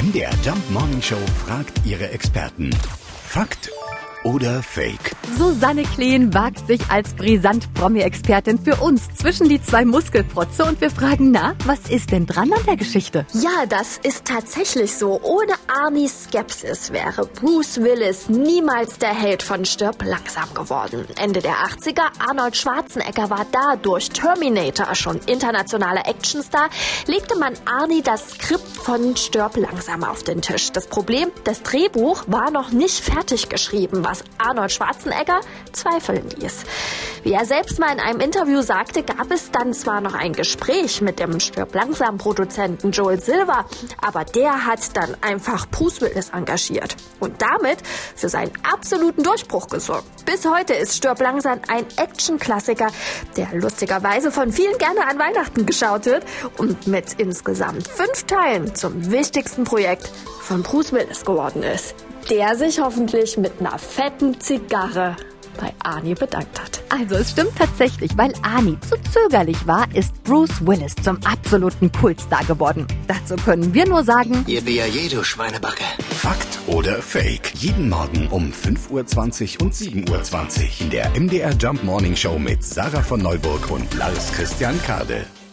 MDR Jump Morning Show fragt ihre Experten. Fakt oder Fake? Susanne Kleen wagt sich als Brisant-Promi-Expertin für uns zwischen die zwei Muskelprotze und wir fragen, na, was ist denn dran an der Geschichte? Ja, das ist tatsächlich so. Ohne Arnies Skepsis wäre Bruce Willis niemals der Held von Stirb langsam geworden. Ende der 80er, Arnold Schwarzenegger war da, durch Terminator schon internationaler Actionstar, legte man Arnie das Skript von Stirb langsam auf den Tisch. Das Problem, das Drehbuch war noch nicht fertig geschrieben, was Arnold Schwarzenegger zweifeln ließ. Wie er selbst mal in einem Interview sagte, gab es dann zwar noch ein Gespräch mit dem Stirb-langsam-Produzenten Joel Silver, aber der hat dann einfach Bruce Willis engagiert und damit für seinen absoluten Durchbruch gesorgt. Bis heute ist Stirb langsam ein Action-Klassiker, der lustigerweise von vielen gerne an Weihnachten geschaut wird und mit insgesamt 5 Teilen zum wichtigsten Projekt von Bruce Willis geworden ist, der sich hoffentlich mit einer fetten Zigarre bei Arnie bedankt hat. Also es stimmt tatsächlich, weil Arnie zu zögerlich war, ist Bruce Willis zum absoluten Kultstar geworden. Dazu können wir nur sagen, Yippie, du Schweinebacke. Fakt oder Fake? Jeden Morgen um 5.20 Uhr und 7.20 Uhr in der MDR Jump Morning Show mit Sarah von Neuburg und Lars Christian Kade.